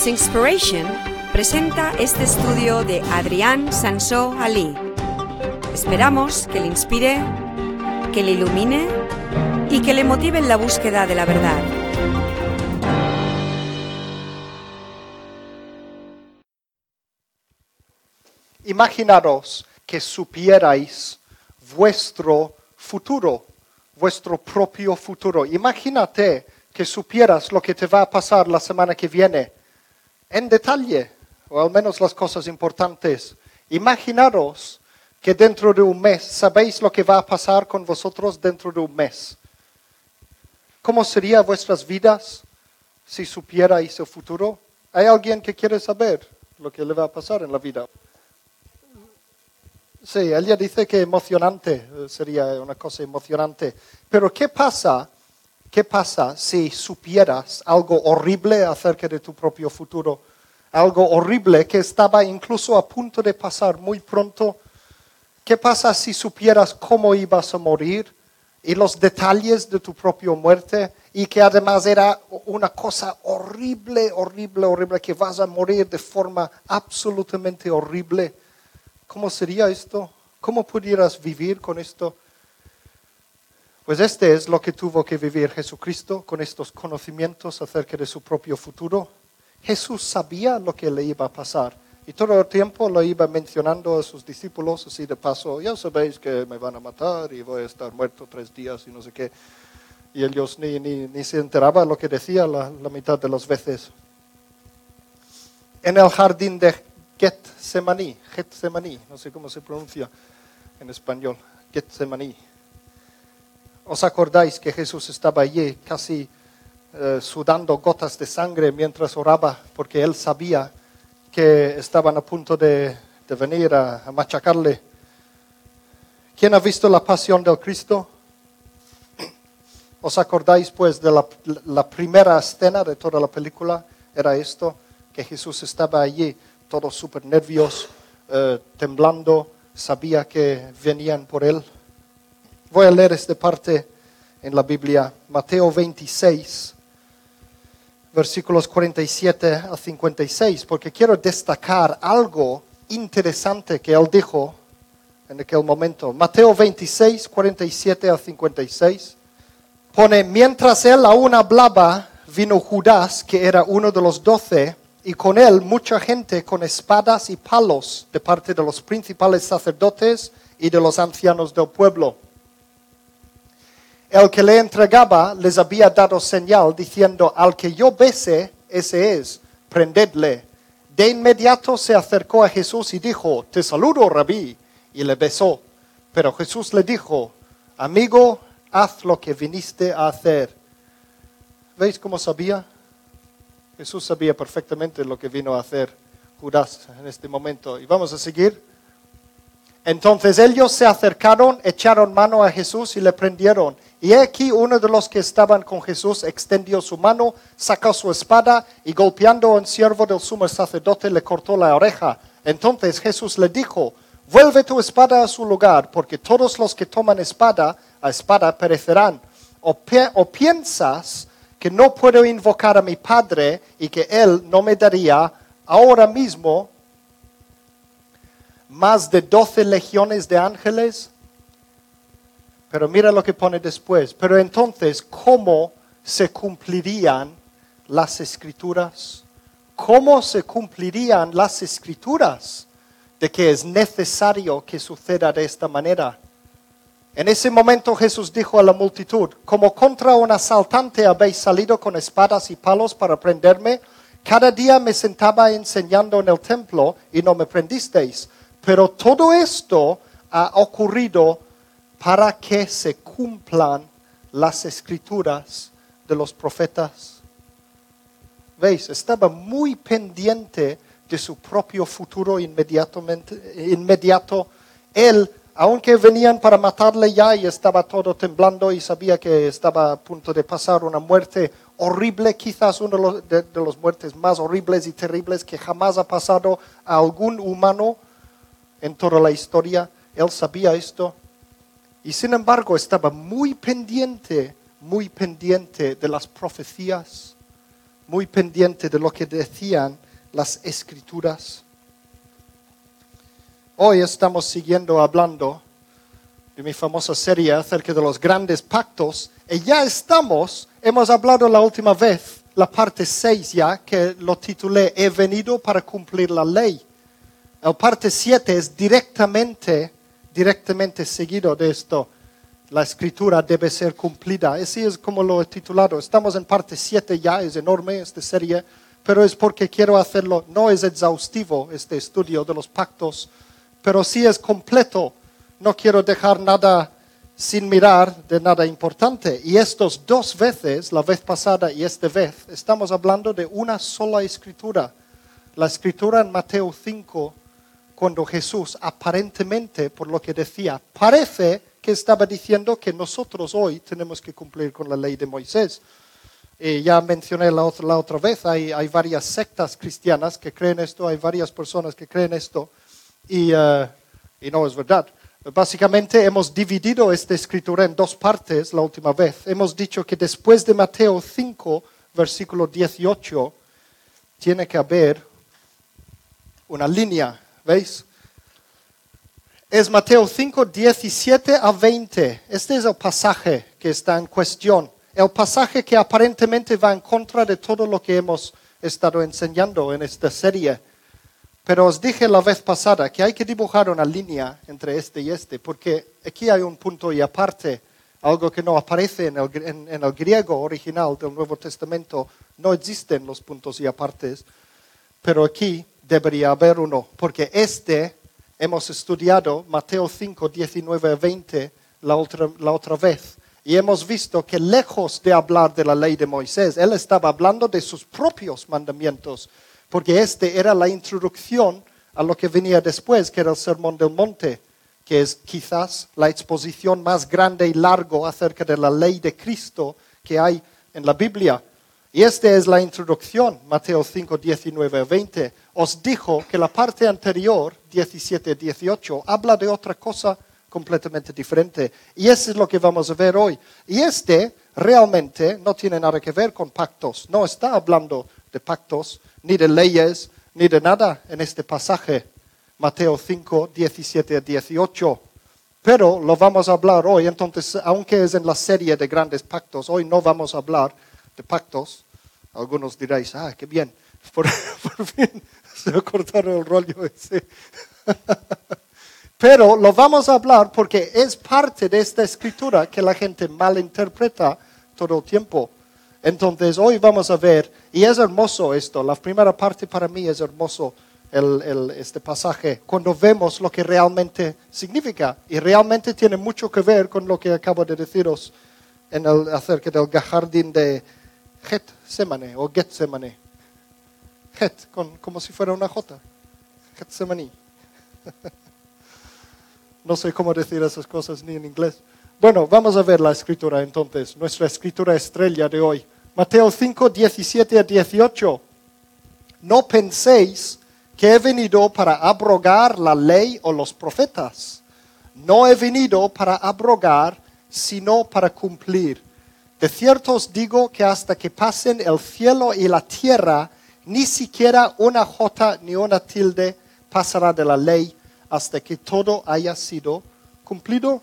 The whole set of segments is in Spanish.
Inspiration presenta este estudio de Adrián Sansó Ali. Esperamos que le inspire, que le ilumine y que le motive en la búsqueda de la verdad. Imaginaros que supierais vuestro futuro, vuestro propio futuro. Imagínate que supieras lo que te va a pasar la semana que viene, en detalle, o al menos las cosas importantes. Imaginaros que dentro de un mes, ¿sabéis lo que va a pasar con vosotros dentro de un mes? ¿Cómo serían vuestras vidas si supierais el futuro? ¿Hay alguien que quiere saber lo que le va a pasar en la vida? Sí, ella dice que emocionante, sería una cosa emocionante. Pero ¿qué pasa si supieras algo horrible acerca de tu propio futuro? Algo horrible que estaba incluso a punto de pasar muy pronto. ¿Qué pasa si supieras cómo ibas a morir y los detalles de tu propia muerte? Y que además era una cosa horrible, que vas a morir de forma absolutamente horrible. ¿Cómo sería esto? ¿Cómo pudieras vivir con esto? Pues este es lo que tuvo que vivir Jesucristo con estos conocimientos acerca de su propio futuro. Jesús sabía lo que le iba a pasar y todo el tiempo lo iba mencionando a sus discípulos, así de paso, ya sabéis que me van a matar y voy a estar muerto 3 días y no sé qué. Y ellos ni se enteraban lo que decía la mitad de las veces. En el jardín de Getsemaní, no sé cómo se pronuncia en español, Getsemaní. ¿Os acordáis que Jesús estaba allí casi sudando gotas de sangre mientras oraba? Porque él sabía que estaban a punto de venir a machacarle. ¿Quién ha visto la pasión del Cristo? ¿Os acordáis pues de la primera escena de toda la película? Era esto, que Jesús estaba allí, todo súper nervioso, temblando, sabía que venían por él. Voy a leer esta parte en la Biblia, Mateo 26, versículos 47 a 56, porque quiero destacar algo interesante que él dijo en aquel momento. Mateo 26, 47 a 56, pone, mientras él aún hablaba, vino Judas, que era uno de los 12, y con él mucha gente con espadas y palos de parte de los principales sacerdotes y de los ancianos del pueblo. El que le entregaba les había dado señal diciendo, al que yo bese, ese es, prendedle. De inmediato se acercó a Jesús y dijo, te saludo, Rabí, y le besó. Pero Jesús le dijo, amigo, haz lo que viniste a hacer. ¿Veis cómo sabía? Jesús sabía perfectamente lo que vino a hacer Judas en este momento. Y vamos a seguir. Entonces ellos se acercaron, echaron mano a Jesús y le prendieron. Y aquí uno de los que estaban con Jesús extendió su mano, sacó su espada y golpeando a un siervo del sumo sacerdote le cortó la oreja. Entonces Jesús le dijo, vuelve tu espada a su lugar, porque todos los que toman espada, a espada perecerán. ¿O piensas que no puedo invocar a mi Padre y que Él no me daría ahora mismo más de 12 legiones de ángeles? Pero mira lo que pone después. Pero entonces, ¿cómo se cumplirían las Escrituras? ¿Cómo se cumplirían las Escrituras de que es necesario que suceda de esta manera? En ese momento Jesús dijo a la multitud, como contra un asaltante habéis salido con espadas y palos para prenderme, cada día me sentaba enseñando en el templo y no me prendisteis. Pero todo esto ha ocurrido para que se cumplan las Escrituras de los profetas. ¿Veis? Estaba muy pendiente de su propio futuro inmediato. Él, aunque venían para matarle ya y estaba todo temblando y sabía que estaba a punto de pasar una muerte horrible, quizás una de las muertes más horribles y terribles que jamás ha pasado a algún humano en toda la historia. Él sabía esto. Y sin embargo estaba muy pendiente de las profecías muy pendiente de lo que decían las Escrituras. Hoy estamos siguiendo hablando de mi famosa serie acerca de los grandes pactos, y ya hemos hablado la última vez, la parte 6 ya, que lo titulé He venido para cumplir la ley. La parte 7 es directamente seguido de esto. La escritura debe ser cumplida. Así es como lo he titulado. Estamos en parte 7 ya, es enorme esta serie, pero es porque quiero hacerlo, no es exhaustivo este estudio de los pactos, pero sí es completo. No quiero dejar nada sin mirar de nada importante. Y estos dos veces, la vez pasada y esta vez, estamos hablando de una sola escritura. La escritura en Mateo 5, cuando Jesús aparentemente, por lo que decía, parece que estaba diciendo que nosotros hoy tenemos que cumplir con la ley de Moisés. Y ya mencioné la otra vez, hay varias sectas cristianas que creen esto, hay varias personas que creen esto, y no es verdad. Básicamente hemos dividido esta escritura en dos partes la última vez. Hemos dicho que después de Mateo 5, versículo 18, tiene que haber una línea, ¿veis? Es Mateo 5, 17 a 20. Este es el pasaje que está en cuestión. El pasaje que aparentemente va en contra de todo lo que hemos estado enseñando en esta serie. Pero os dije la vez pasada que hay que dibujar una línea entre este y este, porque aquí hay un punto y aparte, algo que no aparece en el griego original del Nuevo Testamento. No existen los puntos y apartes, pero aquí debería haber uno, porque hemos estudiado Mateo 5, 19 a 20 la otra vez, y hemos visto que lejos de hablar de la ley de Moisés, él estaba hablando de sus propios mandamientos, porque era la introducción a lo que venía después, que era el Sermón del Monte, que es quizás la exposición más grande y largo acerca de la ley de Cristo que hay en la Biblia. Y esta es la introducción, Mateo 5, 19 a 20. Os dijo que la parte anterior, 17 a 18, habla de otra cosa completamente diferente. Y eso es lo que vamos a ver hoy. Y realmente no tiene nada que ver con pactos. No está hablando de pactos, ni de leyes, ni de nada en este pasaje, Mateo 5, 17 a 18. Pero lo vamos a hablar hoy, entonces, aunque es en la serie de grandes pactos, hoy no vamos a hablar de pactos. Algunos diréis, qué bien, por fin se me cortaron el rollo ese. Pero lo vamos a hablar porque es parte de esta escritura que la gente malinterpreta todo el tiempo. Entonces hoy vamos a ver, y es hermoso esto, la primera parte para mí es hermoso este pasaje, cuando vemos lo que realmente significa, y realmente tiene mucho que ver con lo que acabo de deciros acerca del jardín de Getsemane o Getsemane. Como si fuera una J. Getsemane. No sé cómo decir esas cosas ni en inglés. Bueno, vamos a ver la escritura entonces, nuestra escritura estrella de hoy. Mateo 5, 17 a 18. No penséis que he venido para abrogar la ley o los profetas. No he venido para abrogar, sino para cumplir. De cierto os digo que hasta que pasen el cielo y la tierra, ni siquiera una jota ni una tilde pasará de la ley hasta que todo haya sido cumplido.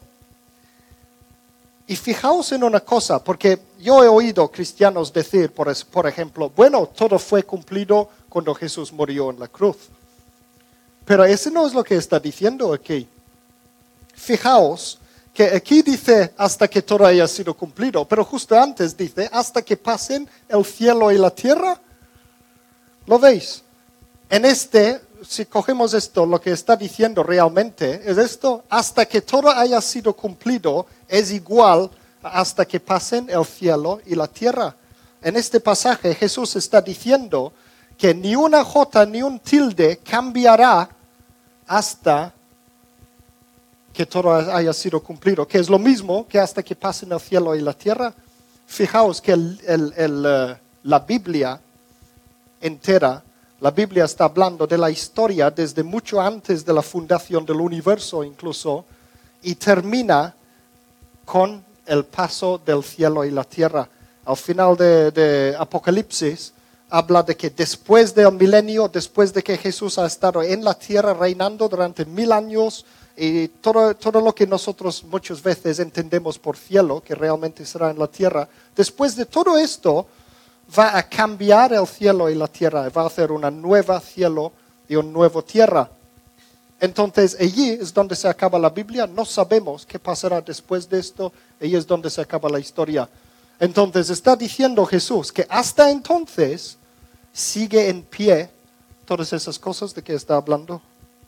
Y fijaos en una cosa, porque yo he oído cristianos decir, por ejemplo, bueno, todo fue cumplido cuando Jesús murió en la cruz. Pero eso no es lo que está diciendo aquí. Fijaos que aquí dice hasta que todo haya sido cumplido, pero justo antes dice hasta que pasen el cielo y la tierra. ¿Lo veis? Si cogemos esto, lo que está diciendo realmente es esto, hasta que todo haya sido cumplido es igual a hasta que pasen el cielo y la tierra. En este pasaje Jesús está diciendo que ni una jota ni un tilde cambiará hasta que todo haya sido cumplido, que es lo mismo que hasta que pasen el cielo y la tierra. Fijaos que la Biblia entera, la Biblia está hablando de la historia desde mucho antes de la fundación del universo incluso, y termina con el paso del cielo y la tierra. Al final de Apocalipsis habla de que después del milenio, después de que Jesús ha estado en la tierra reinando durante 1000 años, y todo lo que nosotros muchas veces entendemos por cielo, que realmente será en la tierra, después de todo esto, va a cambiar el cielo y la tierra, va a hacer una nueva cielo y una nueva tierra. Entonces, allí es donde se acaba la Biblia. No sabemos qué pasará después de esto. Allí es donde se acaba la historia. Entonces, está diciendo Jesús que hasta entonces sigue en pie todas esas cosas de que está hablando.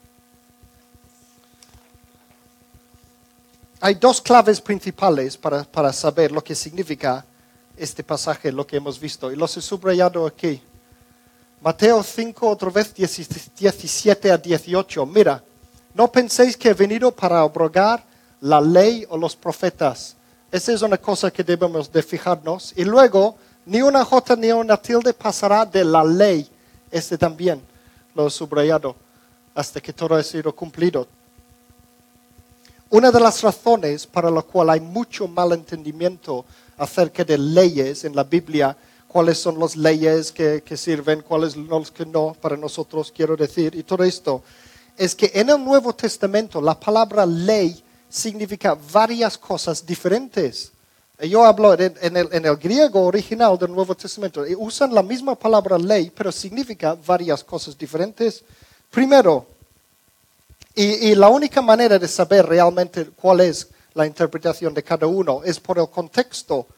Hay dos claves principales para saber lo que significa este pasaje, lo que hemos visto. Y los he subrayado aquí. Mateo 5, otra vez 17 a 18. Mira, no penséis que he venido para abrogar la ley o los profetas. Esa es una cosa que debemos de fijarnos. Y luego, ni una jota ni una tilde pasará de la ley. Este también lo he subrayado hasta que todo ha sido cumplido. Una de las razones para la cual hay mucho malentendimiento acerca de leyes en la Biblia, cuáles son las leyes que sirven, cuáles los que no para nosotros, quiero decir, y todo esto, es que en el Nuevo Testamento la palabra ley significa varias cosas diferentes. Yo hablo en el griego original del Nuevo Testamento, y usan la misma palabra ley, pero significa varias cosas diferentes. Primero, y la única manera de saber realmente cuál es la interpretación de cada uno es por el contexto.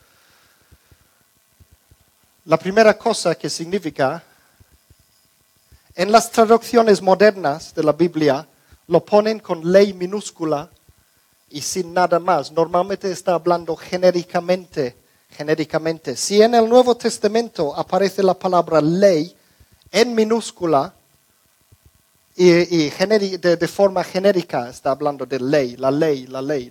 La primera cosa que significa, en las traducciones modernas de la Biblia, lo ponen con ley minúscula y sin nada más. Normalmente está hablando genéricamente. Si en el Nuevo Testamento aparece la palabra ley en minúscula, y de forma genérica está hablando de ley, la ley.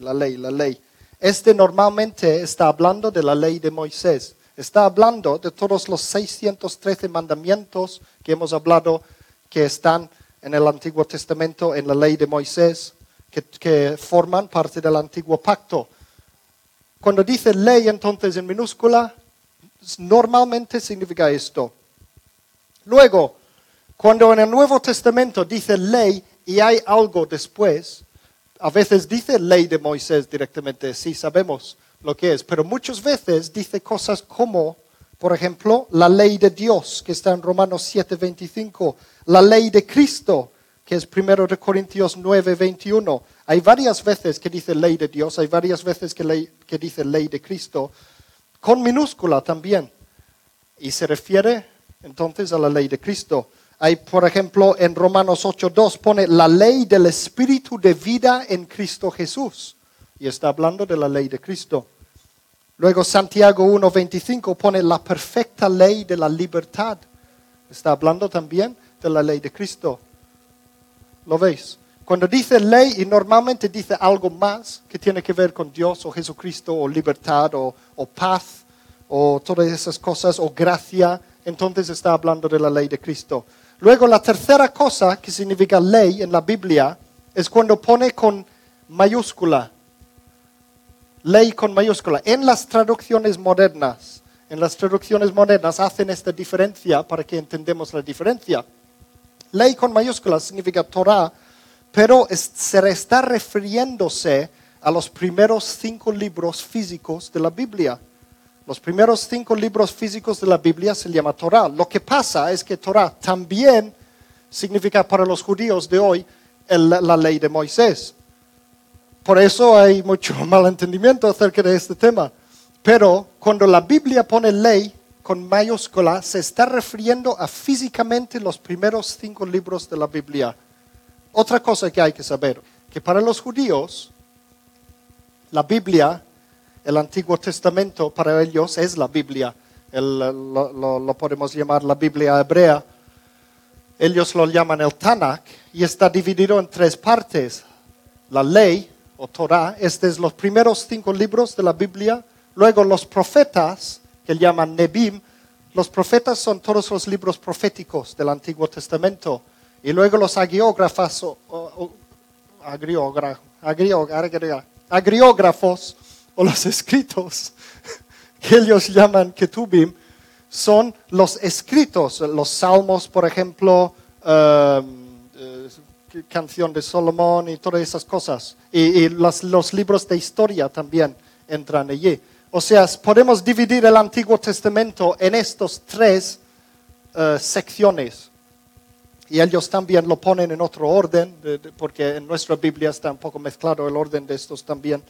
Este normalmente está hablando de la ley de Moisés. Está hablando de todos los 613 mandamientos que hemos hablado que están en el Antiguo Testamento, en la ley de Moisés, que forman parte del Antiguo Pacto. Cuando dice ley entonces en minúscula, normalmente significa esto. Luego, cuando en el Nuevo Testamento dice ley y hay algo después, a veces dice ley de Moisés directamente, sí sabemos lo que es, pero muchas veces dice cosas como, por ejemplo, la ley de Dios, que está en Romanos 7:25, la ley de Cristo, que es 1 Corintios 9:21. Hay varias veces que dice ley de Dios, hay varias veces que dice ley de Cristo, con minúscula también, y se refiere entonces a la ley de Cristo. Hay, por ejemplo, en Romanos 8:2 pone la ley del Espíritu de vida en Cristo Jesús. Y está hablando de la ley de Cristo. Luego Santiago 1:25 pone la perfecta ley de la libertad. Está hablando también de la ley de Cristo. ¿Lo veis? Cuando dice ley y normalmente dice algo más que tiene que ver con Dios o Jesucristo o libertad o paz o todas esas cosas o gracia, entonces está hablando de la ley de Cristo. Luego la tercera cosa que significa ley en la Biblia es cuando pone con mayúscula. Ley con mayúscula. En las traducciones modernas hacen esta diferencia para que entendamos la diferencia. Ley con mayúscula significa Torah, pero se está refiriéndose a los primeros 5 libros físicos de la Biblia. Los primeros 5 libros físicos de la Biblia se llama Torah. Lo que pasa es que Torah también significa para los judíos de hoy la ley de Moisés. Por eso hay mucho malentendimiento acerca de este tema. Pero cuando la Biblia pone ley con mayúscula, se está refiriendo a físicamente los primeros 5 libros de la Biblia. Otra cosa que hay que saber, que para los judíos, la Biblia, el Antiguo Testamento para ellos es la Biblia. Lo podemos llamar la Biblia hebrea. Ellos lo llaman el Tanakh y está dividido en 3 partes. La ley o Torah, es los primeros 5 libros de la Biblia. Luego los profetas, que llaman Nebim. Los profetas son todos los libros proféticos del Antiguo Testamento. Y luego los agiógrafos o los escritos, que ellos llaman Ketubim, son los escritos, los salmos, por ejemplo, canción de Salomón y todas esas cosas. Y los libros de historia también entran allí. O sea, podemos dividir el Antiguo Testamento en estos tres secciones. Y ellos también lo ponen en otro orden, porque en nuestra Biblia está un poco mezclado el orden de estos también.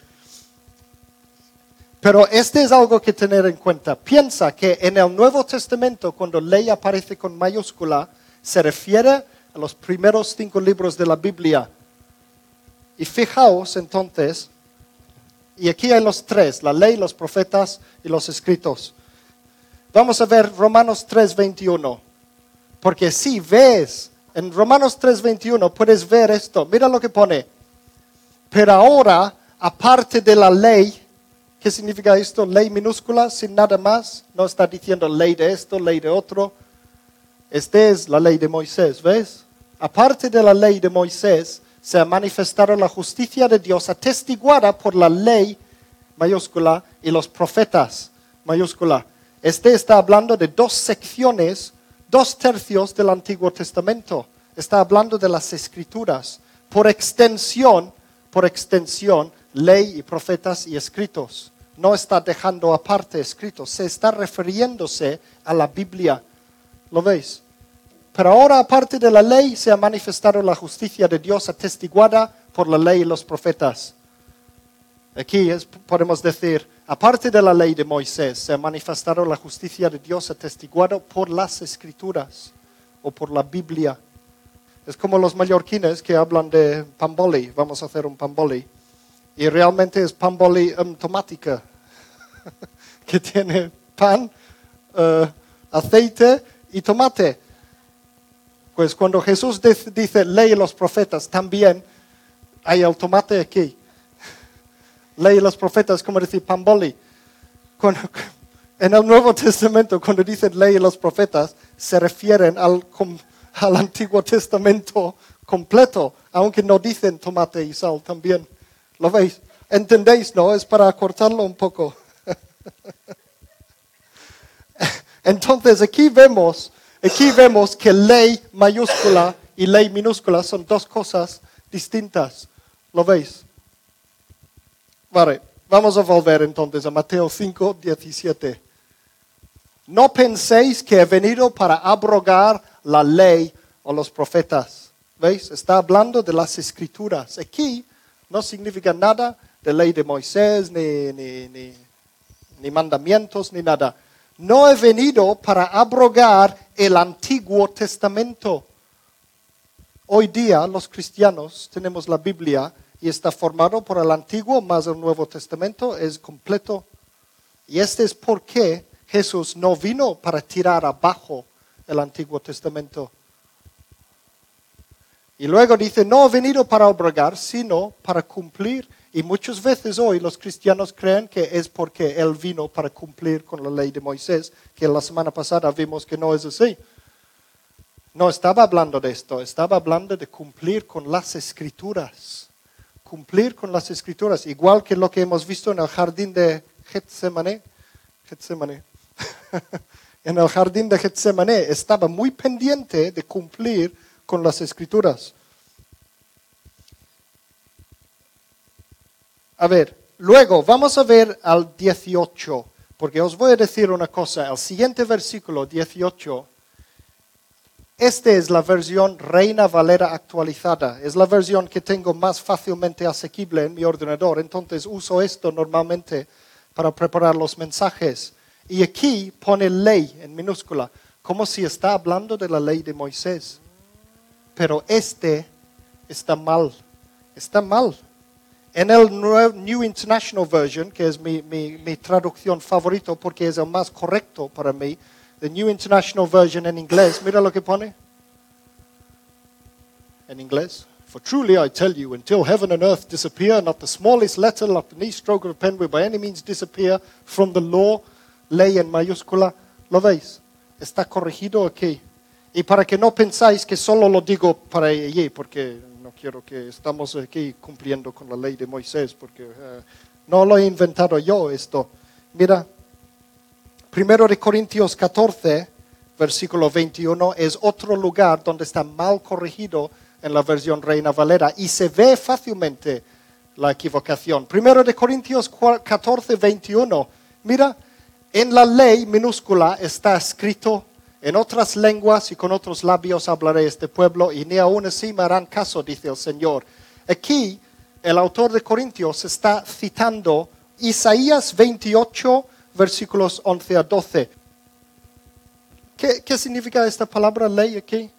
Pero este es algo que tener en cuenta. Piensa que en el Nuevo Testamento, cuando ley aparece con mayúscula, se refiere a los primeros 5 libros de la Biblia. Y fijaos entonces, y aquí hay los tres, la ley, los profetas y los escritos. Vamos a ver Romanos 3:21. Porque si ves, en Romanos 3:21 puedes ver esto. Mira lo que pone. Pero ahora, aparte de la ley, ¿qué significa esto? Ley minúscula, sin nada más. No está diciendo ley de esto, ley de otro. Esta es la ley de Moisés, ¿ves? Aparte de la ley de Moisés, se ha manifestado la justicia de Dios atestiguada por la ley, mayúscula, y los profetas, mayúscula. Este está hablando de 2 secciones, 2/3 del Antiguo Testamento. Está hablando de las Escrituras. Por extensión, ley y profetas y escritos. No está dejando aparte escritos. Se está refiriéndose a la Biblia. ¿Lo veis? Pero ahora, aparte de la ley, se ha manifestado la justicia de Dios atestiguada por la ley y los profetas. Aquí podemos decir, aparte de la ley de Moisés, se ha manifestado la justicia de Dios atestiguada por las Escrituras o por la Biblia. Es como los mallorquines que hablan de pamboli. Vamos a hacer un pamboli. Y realmente es pamboli tomática, que tiene pan, aceite y tomate. Pues cuando Jesús dice ley y los profetas, también hay el tomate aquí. Ley y los profetas, como decir pamboli. En el Nuevo Testamento, cuando dicen ley y los profetas, se refieren al Antiguo Testamento completo, aunque no dicen tomate y sal también. ¿Lo veis? ¿Entendéis, no? Es para acortarlo un poco. Entonces, aquí vemos que ley mayúscula y ley minúscula son 2 cosas distintas. ¿Lo veis? Vale, vamos a volver entonces a Mateo 5:17. No penséis que he venido para abrogar la ley o los profetas. ¿Veis? Está hablando de las Escrituras. Aquí no significa nada de ley de Moisés, ni mandamientos, ni nada. No he venido para abrogar el Antiguo Testamento. Hoy día los cristianos tenemos la Biblia y está formado por el Antiguo más el Nuevo Testamento, es completo. Y este es por qué Jesús no vino para tirar abajo el Antiguo Testamento. Y luego dice, no he venido para abrogar, sino para cumplir. Y muchas veces hoy los cristianos creen que es porque Él vino para cumplir con la ley de Moisés, que la semana pasada vimos que no es así. No estaba hablando de esto, estaba hablando de cumplir con las Escrituras. Cumplir con las Escrituras, igual que lo que hemos visto en el jardín de Getsemaní. En el jardín de Getsemaní estaba muy pendiente de cumplir con las Escrituras. A ver, luego vamos a ver al 18, porque os voy a decir una cosa. El siguiente versículo, 18, esta es la versión Reina Valera actualizada. Es la versión que tengo más fácilmente asequible en mi ordenador. Entonces uso esto normalmente para preparar los mensajes. Y aquí pone ley en minúscula, como si está hablando de la ley de Moisés. Pero este está mal. Está mal. En el New International Version, que es mi traducción favorito porque es el más correcto para mí, the New International Version en inglés, mira lo que pone. En inglés. For truly I tell you, until heaven and earth disappear, not the smallest letter, not the least stroke of a pen will by any means disappear from the law, ley en mayúscula. ¿Lo veis? Está corregido aquí. Y para que no pensáis que solo lo digo para allí, porque no quiero que estamos aquí cumpliendo con la ley de Moisés, porque no lo he inventado yo esto. Mira, 1 de Corintios 14, versículo 21, es otro lugar donde está mal corregido en la versión Reina Valera y se ve fácilmente la equivocación. 1 de Corintios 14, 21, mira, en la ley minúscula está escrito: en otras lenguas y con otros labios hablaré este pueblo, y ni aun así me harán caso, dice el Señor. Aquí, el autor de Corintios está citando Isaías 28, versículos 11 a 12. ¿Qué significa esta palabra ley aquí?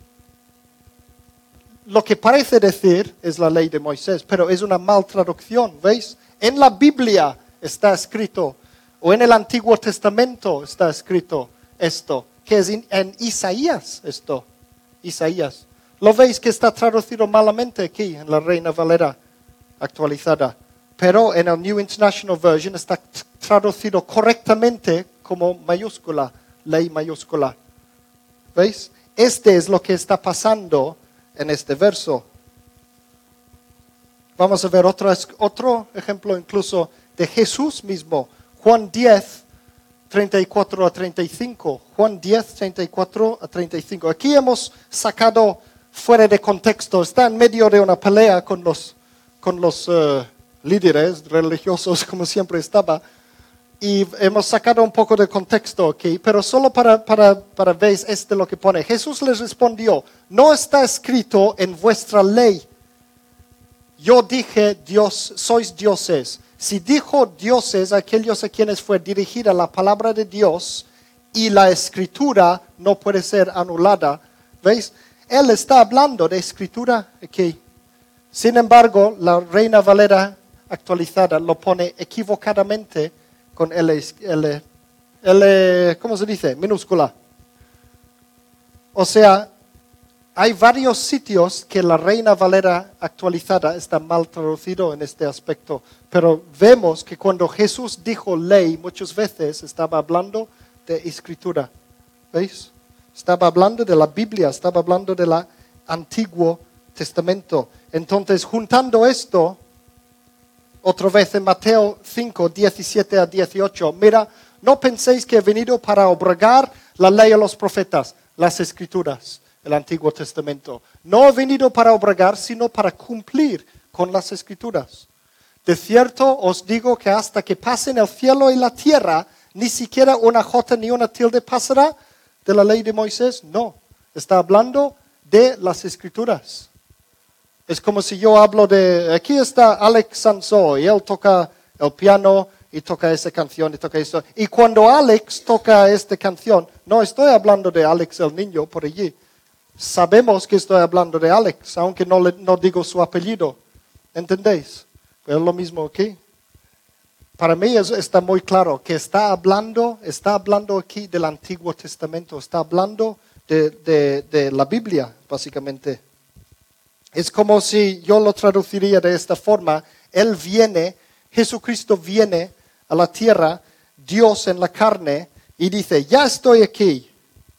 Lo que parece decir es la ley de Moisés, pero es una mal traducción, ¿veis? En la Biblia está escrito, o en el Antiguo Testamento está escrito esto, que es en Isaías esto, Isaías. ¿Lo veis que está traducido malamente aquí en la Reina Valera actualizada? Pero en el New International Version está traducido correctamente como mayúscula, ley mayúscula. ¿Veis? Este es lo que está pasando en este verso. Vamos a ver otro ejemplo incluso de Jesús mismo. Juan 10, 34 a 35. Juan 10, 34 a 35. Aquí hemos sacado fuera de contexto. Está en medio de una pelea con los líderes religiosos, como siempre estaba. Y hemos sacado un poco de contexto aquí, pero solo para ver lo que pone. Jesús les respondió: no está escrito en vuestra ley: yo dije, Dios, sois dioses. Si dijo dioses a aquellos a quienes fue dirigida la palabra de Dios, y la escritura no puede ser anulada, ¿veis? Él está hablando de escritura aquí. Sin embargo, la Reina Valera actualizada lo pone equivocadamente con L, ¿cómo se dice? Minúscula. O sea, hay varios sitios que la Reina Valera actualizada está mal traducido en este aspecto. Pero vemos que cuando Jesús dijo ley, muchas veces estaba hablando de escritura. ¿Veis? Estaba hablando de la Biblia, estaba hablando del Antiguo Testamento. Entonces, juntando esto, otra vez en Mateo 5, 17 a 18, mira, no penséis que he venido para abrogar la ley a los profetas, las escrituras, el Antiguo Testamento. No he venido para abrogar, sino para cumplir con las escrituras. De cierto os digo que hasta que pasen el cielo y la tierra, ni siquiera una jota ni una tilde pasará de la ley de Moisés. No, está hablando de las escrituras. Es como si yo hablo de, aquí está Alex Sanso y él toca el piano y toca esa canción y toca esto. Y cuando Alex toca esta canción, no estoy hablando de Alex el niño por allí. Sabemos que estoy hablando de Alex, aunque no digo su apellido. ¿Entendéis? Es lo mismo aquí. Para mí está muy claro que está hablando aquí del Antiguo Testamento, está hablando de la Biblia, básicamente. Es como si yo lo traduciría de esta forma: Jesucristo viene a la tierra, Dios en la carne, y dice: ya estoy aquí.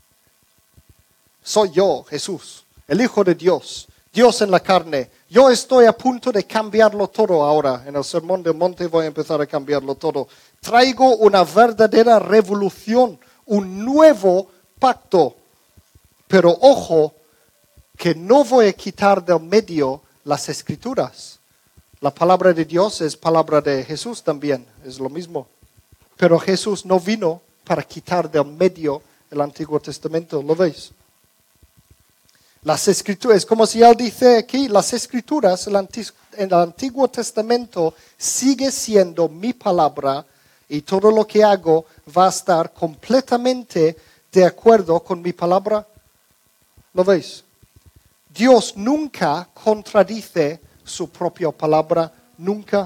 Soy yo, Jesús, el Hijo de Dios, Dios en la carne. Yo estoy a punto de cambiarlo todo ahora. En el Sermón del Monte voy a empezar a cambiarlo todo. Traigo una verdadera revolución, un nuevo pacto. Pero ojo, que no voy a quitar del medio las escrituras. La palabra de Dios es palabra de Jesús también, es lo mismo. Pero Jesús no vino para quitar del medio el Antiguo Testamento, ¿lo veis? Las escrituras, es como si él dice aquí, las escrituras, en el Antiguo Testamento sigue siendo mi palabra y todo lo que hago va a estar completamente de acuerdo con mi palabra. ¿Lo veis? Dios nunca contradice su propia palabra, nunca.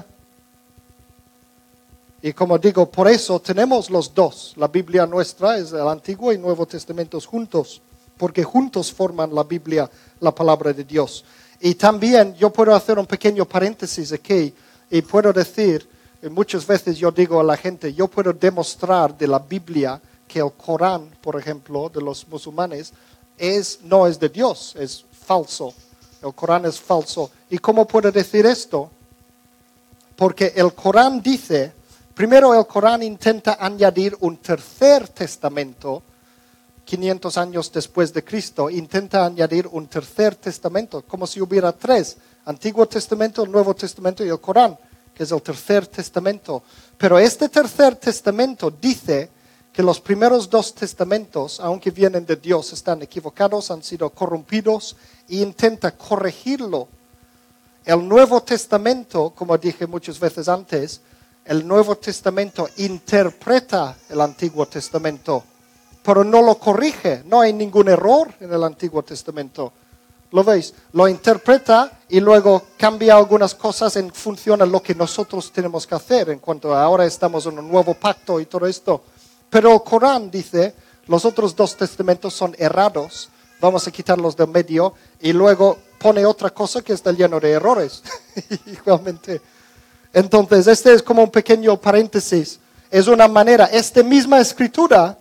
Y como digo, por eso tenemos los dos. La Biblia nuestra es el Antiguo y Nuevo Testamentos juntos, porque juntos forman la Biblia, la palabra de Dios. Y también yo puedo hacer un pequeño paréntesis aquí y puedo decir, muchas veces yo digo a la gente, yo puedo demostrar de la Biblia que el Corán, por ejemplo, de los musulmanes, no es de Dios, es falso. El Corán es falso. ¿Y cómo puedo decir esto? Porque el Corán dice Primero, el Corán intenta añadir un tercer testamento, 500 años después de Cristo, intenta añadir un tercer testamento, como si hubiera tres: Antiguo Testamento, el Nuevo Testamento y el Corán, que es el tercer testamento. Pero este tercer testamento dice que los primeros dos testamentos, aunque vienen de Dios, están equivocados, han sido corrompidos, e intenta corregirlo. El Nuevo Testamento, como dije muchas veces antes, el Nuevo Testamento interpreta el Antiguo Testamento, pero no lo corrige. No hay ningún error en el Antiguo Testamento. ¿Lo veis? Lo interpreta y luego cambia algunas cosas en función a lo que nosotros tenemos que hacer, en cuanto a ahora estamos en un nuevo pacto y todo esto. Pero el Corán dice, los otros dos testamentos son errados, vamos a quitarlos del medio, y luego pone otra cosa que está lleno de errores. Igualmente. Entonces, este es como un pequeño paréntesis. Es una manera, esta misma escritura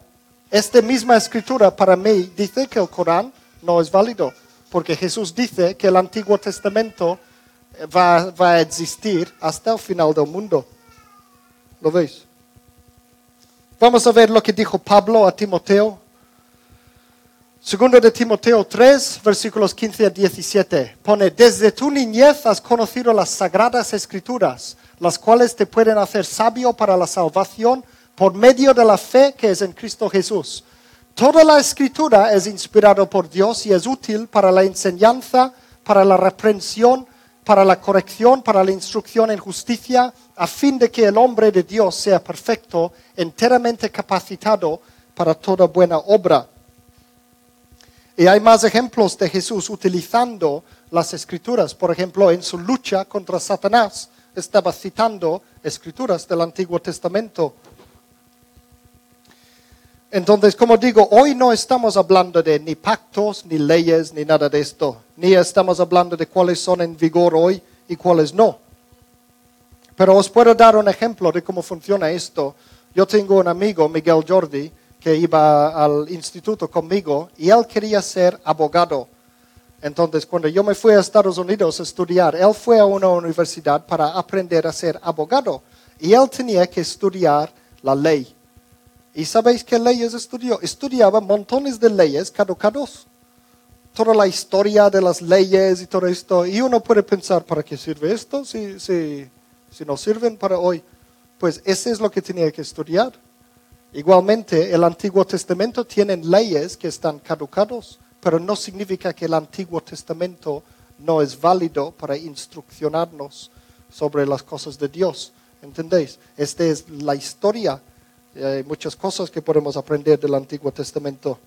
para mí dice que el Corán no es válido, porque Jesús dice que el Antiguo Testamento va a existir hasta el final del mundo. ¿Lo veis? Vamos a ver lo que dijo Pablo a Timoteo. Segundo de Timoteo 3, versículos 15 a 17. Pone: desde tu niñez has conocido las sagradas escrituras, las cuales te pueden hacer sabio para la salvación por medio de la fe que es en Cristo Jesús. Toda la escritura es inspirada por Dios y es útil para la enseñanza, para la reprensión, para la corrección, para la instrucción en justicia, a fin de que el hombre de Dios sea perfecto, enteramente capacitado para toda buena obra. Y hay más ejemplos de Jesús utilizando las escrituras. Por ejemplo, en su lucha contra Satanás, estaba citando escrituras del Antiguo Testamento. Entonces, como digo, hoy no estamos hablando de ni pactos, ni leyes, ni nada de esto. Ni estamos hablando de cuáles son en vigor hoy y cuáles no. Pero os puedo dar un ejemplo de cómo funciona esto. Yo tengo un amigo, Miguel Jordi, que iba al instituto conmigo y él quería ser abogado. Entonces, cuando yo me fui a Estados Unidos a estudiar, él fue a una universidad para aprender a ser abogado. Y él tenía que estudiar la ley. ¿Y sabéis qué leyes estudió? Estudiaba montones de leyes caducados. Toda la historia de las leyes y todo esto. Y uno puede pensar, ¿para qué sirve esto si no sirven para hoy? Pues eso es lo que tenía que estudiar. Igualmente, el Antiguo Testamento tiene leyes que están caducados, pero no significa que el Antiguo Testamento no es válido para instruccionarnos sobre las cosas de Dios. ¿Entendéis? Esta es la historia. Hay muchas cosas que podemos aprender del Antiguo Testamento.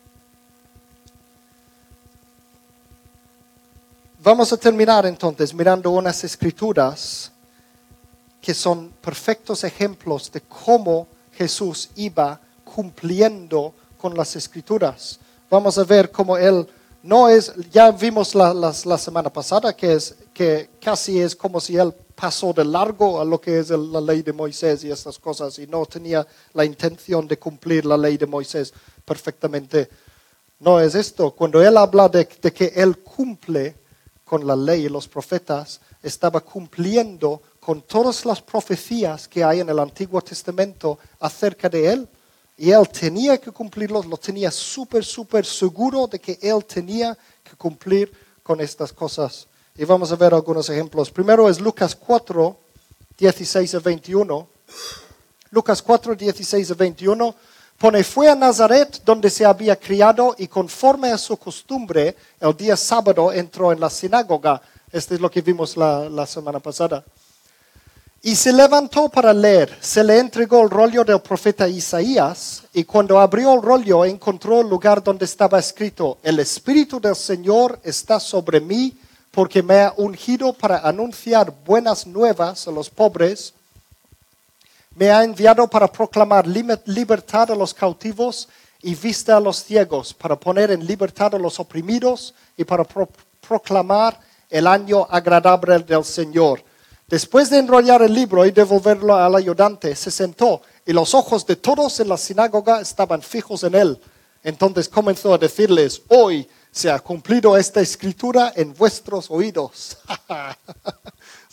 Vamos a terminar entonces mirando unas escrituras que son perfectos ejemplos de cómo Jesús iba cumpliendo con las escrituras. Vamos a ver cómo él no es, ya vimos la semana pasada que casi es como si él pasó de largo a lo que es la ley de Moisés y estas cosas y no tenía la intención de cumplir la ley de Moisés perfectamente. No es esto. Cuando él habla de que él cumple con la ley y los profetas, estaba cumpliendo con todas las profecías que hay en el Antiguo Testamento acerca de él. Y él tenía que cumplirlos, lo tenía súper seguro de que él tenía que cumplir con estas cosas. Y vamos a ver algunos ejemplos. Primero es Lucas 4, 16 a 21. Lucas 4, 16 a 21 pone: fue a Nazaret donde se había criado y conforme a su costumbre, el día sábado entró en la sinagoga. Esto es lo que vimos la semana pasada. Y se levantó para leer. Se le entregó el rollo del profeta Isaías y cuando abrió el rollo encontró el lugar donde estaba escrito: el Espíritu del Señor está sobre mí porque me ha ungido para anunciar buenas nuevas a los pobres. Me ha enviado para proclamar libertad a los cautivos y vista a los ciegos, para poner en libertad a los oprimidos y para proclamar el año agradable del Señor. Después de enrollar el libro y devolverlo al ayudante, se sentó y los ojos de todos en la sinagoga estaban fijos en él. Entonces comenzó a decirles: hoy se ha cumplido esta escritura en vuestros oídos.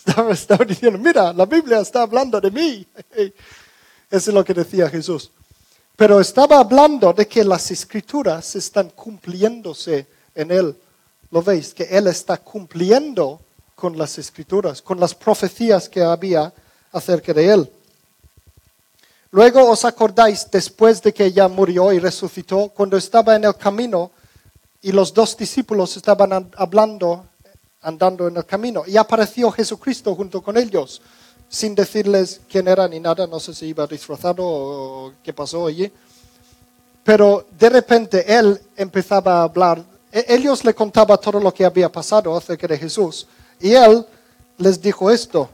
Estaba diciendo, mira, la Biblia está hablando de mí. Eso es lo que decía Jesús. Pero estaba hablando de que las escrituras están cumpliéndose en él. ¿Lo veis? Que él está cumpliendo con las escrituras, con las profecías que había acerca de él. Luego os acordáis, después de que ya murió y resucitó, cuando estaba en el camino y los dos discípulos estaban andando en el camino, y apareció Jesucristo junto con ellos, sin decirles quién era ni nada, no sé si iba disfrazado o qué pasó allí. Pero de repente él empezaba a hablar, ellos le contaban todo lo que había pasado acerca de Jesús, y él les dijo esto.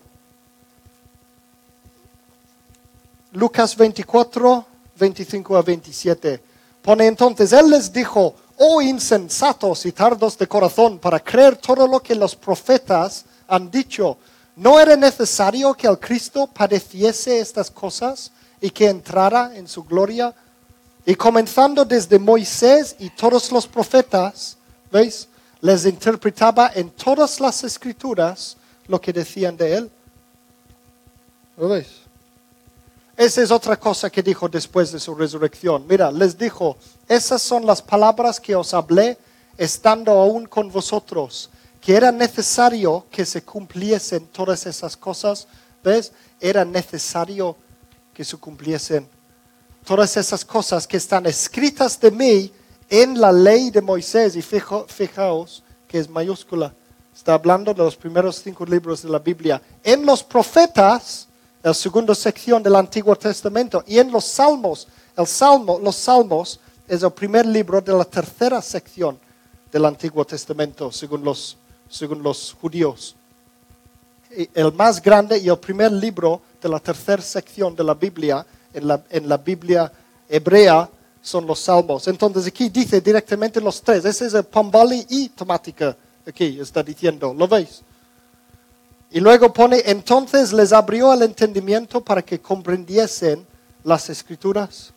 Lucas 24, 25 a 27. Pone entonces, él les dijo, oh insensatos y tardos de corazón, para creer todo lo que los profetas han dicho. ¿No era necesario que el Cristo padeciese estas cosas y que entrara en su gloria? Y comenzando desde Moisés y todos los profetas, ¿veis? Les interpretaba en todas las escrituras lo que decían de él. ¿Lo veis? Esa es otra cosa que dijo después de su resurrección. Mira, les dijo, esas son las palabras que os hablé estando aún con vosotros, que era necesario que se cumpliesen todas esas cosas. ¿Ves? Era necesario que se cumpliesen todas esas cosas que están escritas de mí en la ley de Moisés. Y fijaos que es mayúscula. Está hablando de los primeros 5 libros de la Biblia. En los profetas, la segunda sección del Antiguo Testamento, y en los Salmos. Los Salmos es el primer libro de la tercera sección del Antiguo Testamento, según los judíos. El más grande y el primer libro de la tercera sección de la Biblia, en la Biblia hebrea, son los Salmos. Entonces aquí dice directamente los tres. Ese es el Pambali y temática. Aquí está diciendo, ¿lo veis? Y luego pone, entonces les abrió el entendimiento para que comprendiesen las escrituras.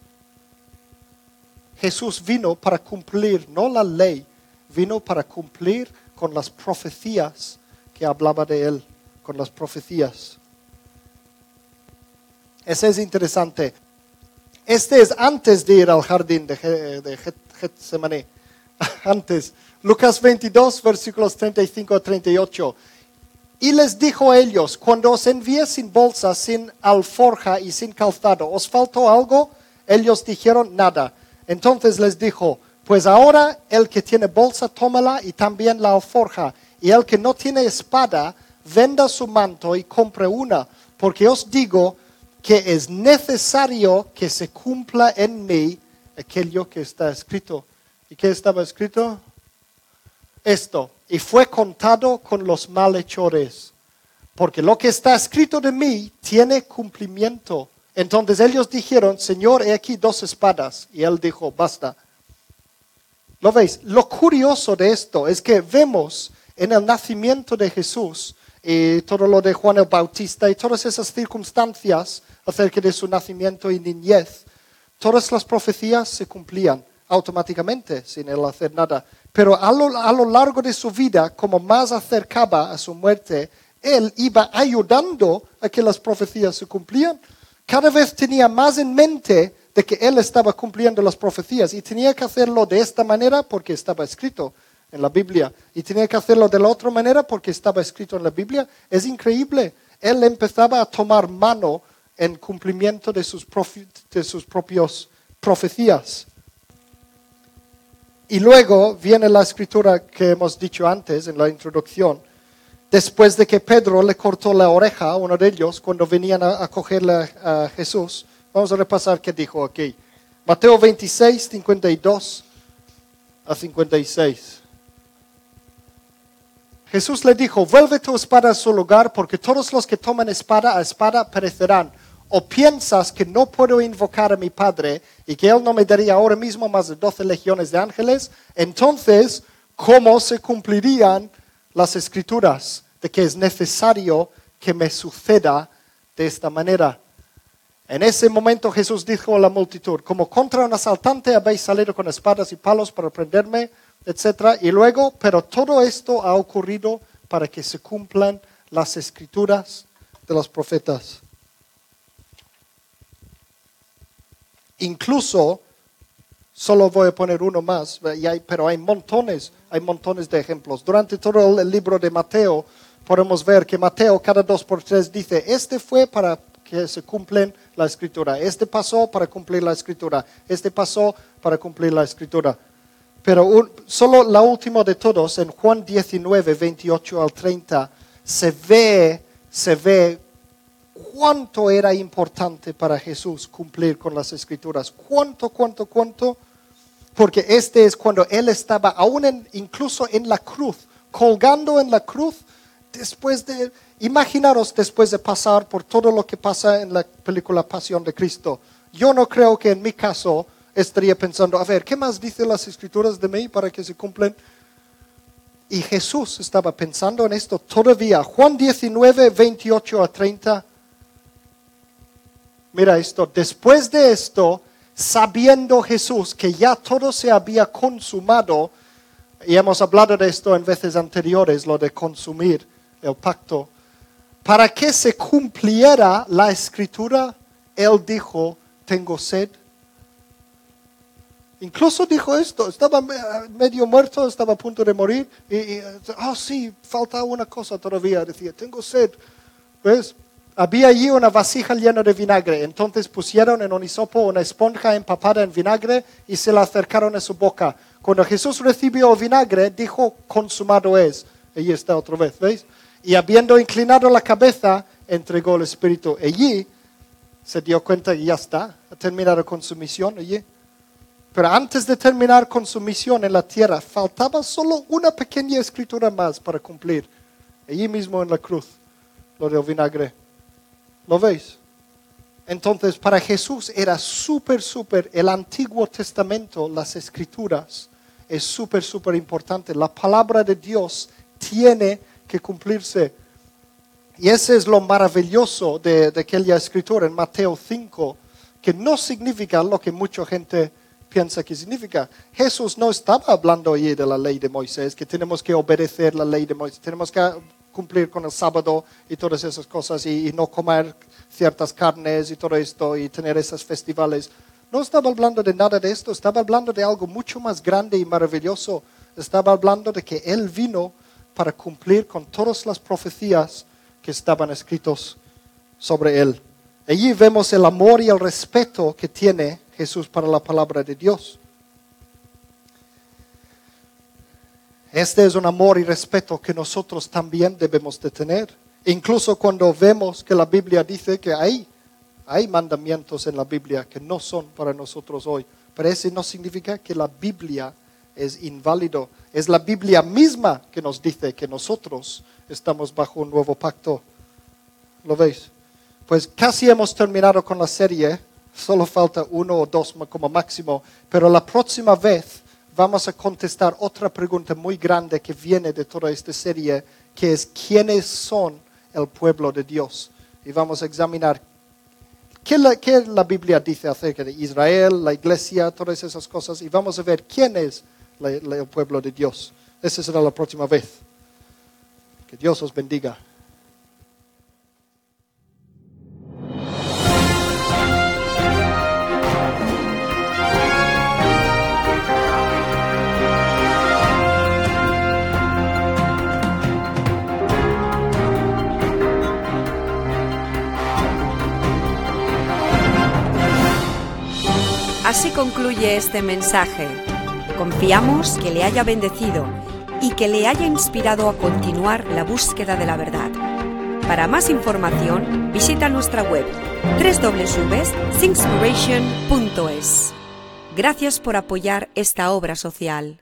Jesús vino para cumplir, no la ley, vino para cumplir con las profecías que hablaba de él, con las profecías. Eso es interesante. Este es antes de ir al jardín de Getsemaní. Antes. Lucas 22, versículos 35 a 38. Y les dijo a ellos, cuando os envié sin bolsa, sin alforja y sin calzado, ¿os faltó algo? Ellos dijeron nada. Entonces les dijo, pues ahora el que tiene bolsa, tómala y también la alforja. Y el que no tiene espada, venda su manto y compre una. Porque os digo que es necesario que se cumpla en mí aquello que está escrito. ¿Y qué estaba escrito? Esto. Y fue contado con los malhechores, porque lo que está escrito de mí tiene cumplimiento. Entonces ellos dijeron, Señor, he aquí 2 espadas. Y él dijo, basta. ¿Lo veis? Lo curioso de esto es que vemos en el nacimiento de Jesús y todo lo de Juan el Bautista y todas esas circunstancias acerca de su nacimiento y niñez, todas las profecías se cumplían automáticamente sin él hacer nada. Pero a lo largo de su vida, como más acercaba a su muerte, él iba ayudando a que las profecías se cumplían. Cada vez tenía más en mente de que él estaba cumpliendo las profecías y tenía que hacerlo de esta manera porque estaba escrito en la Biblia y tenía que hacerlo de la otra manera porque estaba escrito en la Biblia. Es increíble. Él empezaba a tomar mano en cumplimiento de sus propias profecías. Y luego viene la escritura que hemos dicho antes en la introducción. Después de que Pedro le cortó la oreja a uno de ellos cuando venían a cogerle a Jesús. Vamos a repasar qué dijo aquí. Mateo 26, 52 a 56. Jesús le dijo, vuelve tu espada a su lugar porque todos los que toman espada a espada perecerán. ¿O piensas que no puedo invocar a mi Padre y que Él no me daría ahora mismo más de 12 legiones de ángeles? Entonces, ¿cómo se cumplirían las escrituras de que es necesario que me suceda de esta manera? En ese momento Jesús dijo a la multitud, como contra un asaltante habéis salido con espadas y palos para prenderme, etc. Y luego, pero todo esto ha ocurrido para que se cumplan las escrituras de los profetas. Incluso, solo voy a poner uno más, pero hay montones de ejemplos. Durante todo el libro de Mateo, podemos ver que Mateo cada 2 por 3 dice, este fue para que se cumplen la escritura, este pasó para cumplir la escritura, este pasó para cumplir la escritura. Pero solo la última de todos, en Juan 19, 28 al 30, se ve cuánto era importante para Jesús cumplir con las escrituras. Cuánto. Porque este es cuando Él estaba aún incluso en la cruz, colgando en la cruz, imaginaros después de pasar por todo lo que pasa en la película Pasión de Cristo. Yo no creo que en mi caso estaría pensando, a ver, ¿qué más dicen las escrituras de mí para que se cumplan? Y Jesús estaba pensando en esto todavía. Juan 19, 28 a 30. Mira esto, después de esto, sabiendo Jesús que ya todo se había consumado, y hemos hablado de esto en veces anteriores, lo de consumir el pacto, para que se cumpliera la escritura, Él dijo, tengo sed. Incluso dijo esto, estaba medio muerto, estaba a punto de morir, sí, falta una cosa todavía, decía, tengo sed. ¿Ves? Había allí una vasija llena de vinagre, entonces pusieron en un hisopo una esponja empapada en vinagre y se la acercaron a su boca. Cuando Jesús recibió el vinagre, dijo, consumado es. Allí está otra vez, ¿veis? Y habiendo inclinado la cabeza, entregó el Espíritu. Allí se dio cuenta que ya está, ha terminado con su misión allí. Pero antes de terminar con su misión en la tierra, faltaba solo una pequeña escritura más para cumplir. Allí mismo en la cruz, lo del vinagre. ¿Lo veis? Entonces, para Jesús era súper, el Antiguo Testamento, las Escrituras, es súper importante. La palabra de Dios tiene que cumplirse. Y ese es lo maravilloso de aquella escritura en Mateo 5, que no significa lo que mucha gente piensa que significa. Jesús no estaba hablando allí de la ley de Moisés, que tenemos que obedecer la ley de Moisés, tenemos que cumplir con el sábado y todas esas cosas y no comer ciertas carnes y todo esto y tener esos festivales. No estaba hablando de nada de esto, estaba hablando de algo mucho más grande y maravilloso. Estaba hablando de que Él vino para cumplir con todas las profecías que estaban escritos sobre Él. Allí vemos el amor y el respeto que tiene Jesús para la palabra de Dios. Este es un amor y respeto que nosotros también debemos de tener. Incluso cuando vemos que la Biblia dice que hay mandamientos en la Biblia que no son para nosotros hoy. Pero eso no significa que la Biblia es inválido. Es la Biblia misma que nos dice que nosotros estamos bajo un nuevo pacto. ¿Lo veis? Pues casi hemos terminado con la serie. Solo falta 1 o 2 como máximo. Pero la próxima vez vamos a contestar otra pregunta muy grande que viene de toda esta serie, que es ¿quiénes son el pueblo de Dios? Y vamos a examinar qué la Biblia dice acerca de Israel, la iglesia, todas esas cosas, y vamos a ver quién es el pueblo de Dios. Esa será la próxima vez. Que Dios os bendiga. Así concluye este mensaje. Confiamos que le haya bendecido y que le haya inspirado a continuar la búsqueda de la verdad. Para más información, visita nuestra web www.singspiration.es. Gracias por apoyar esta obra social.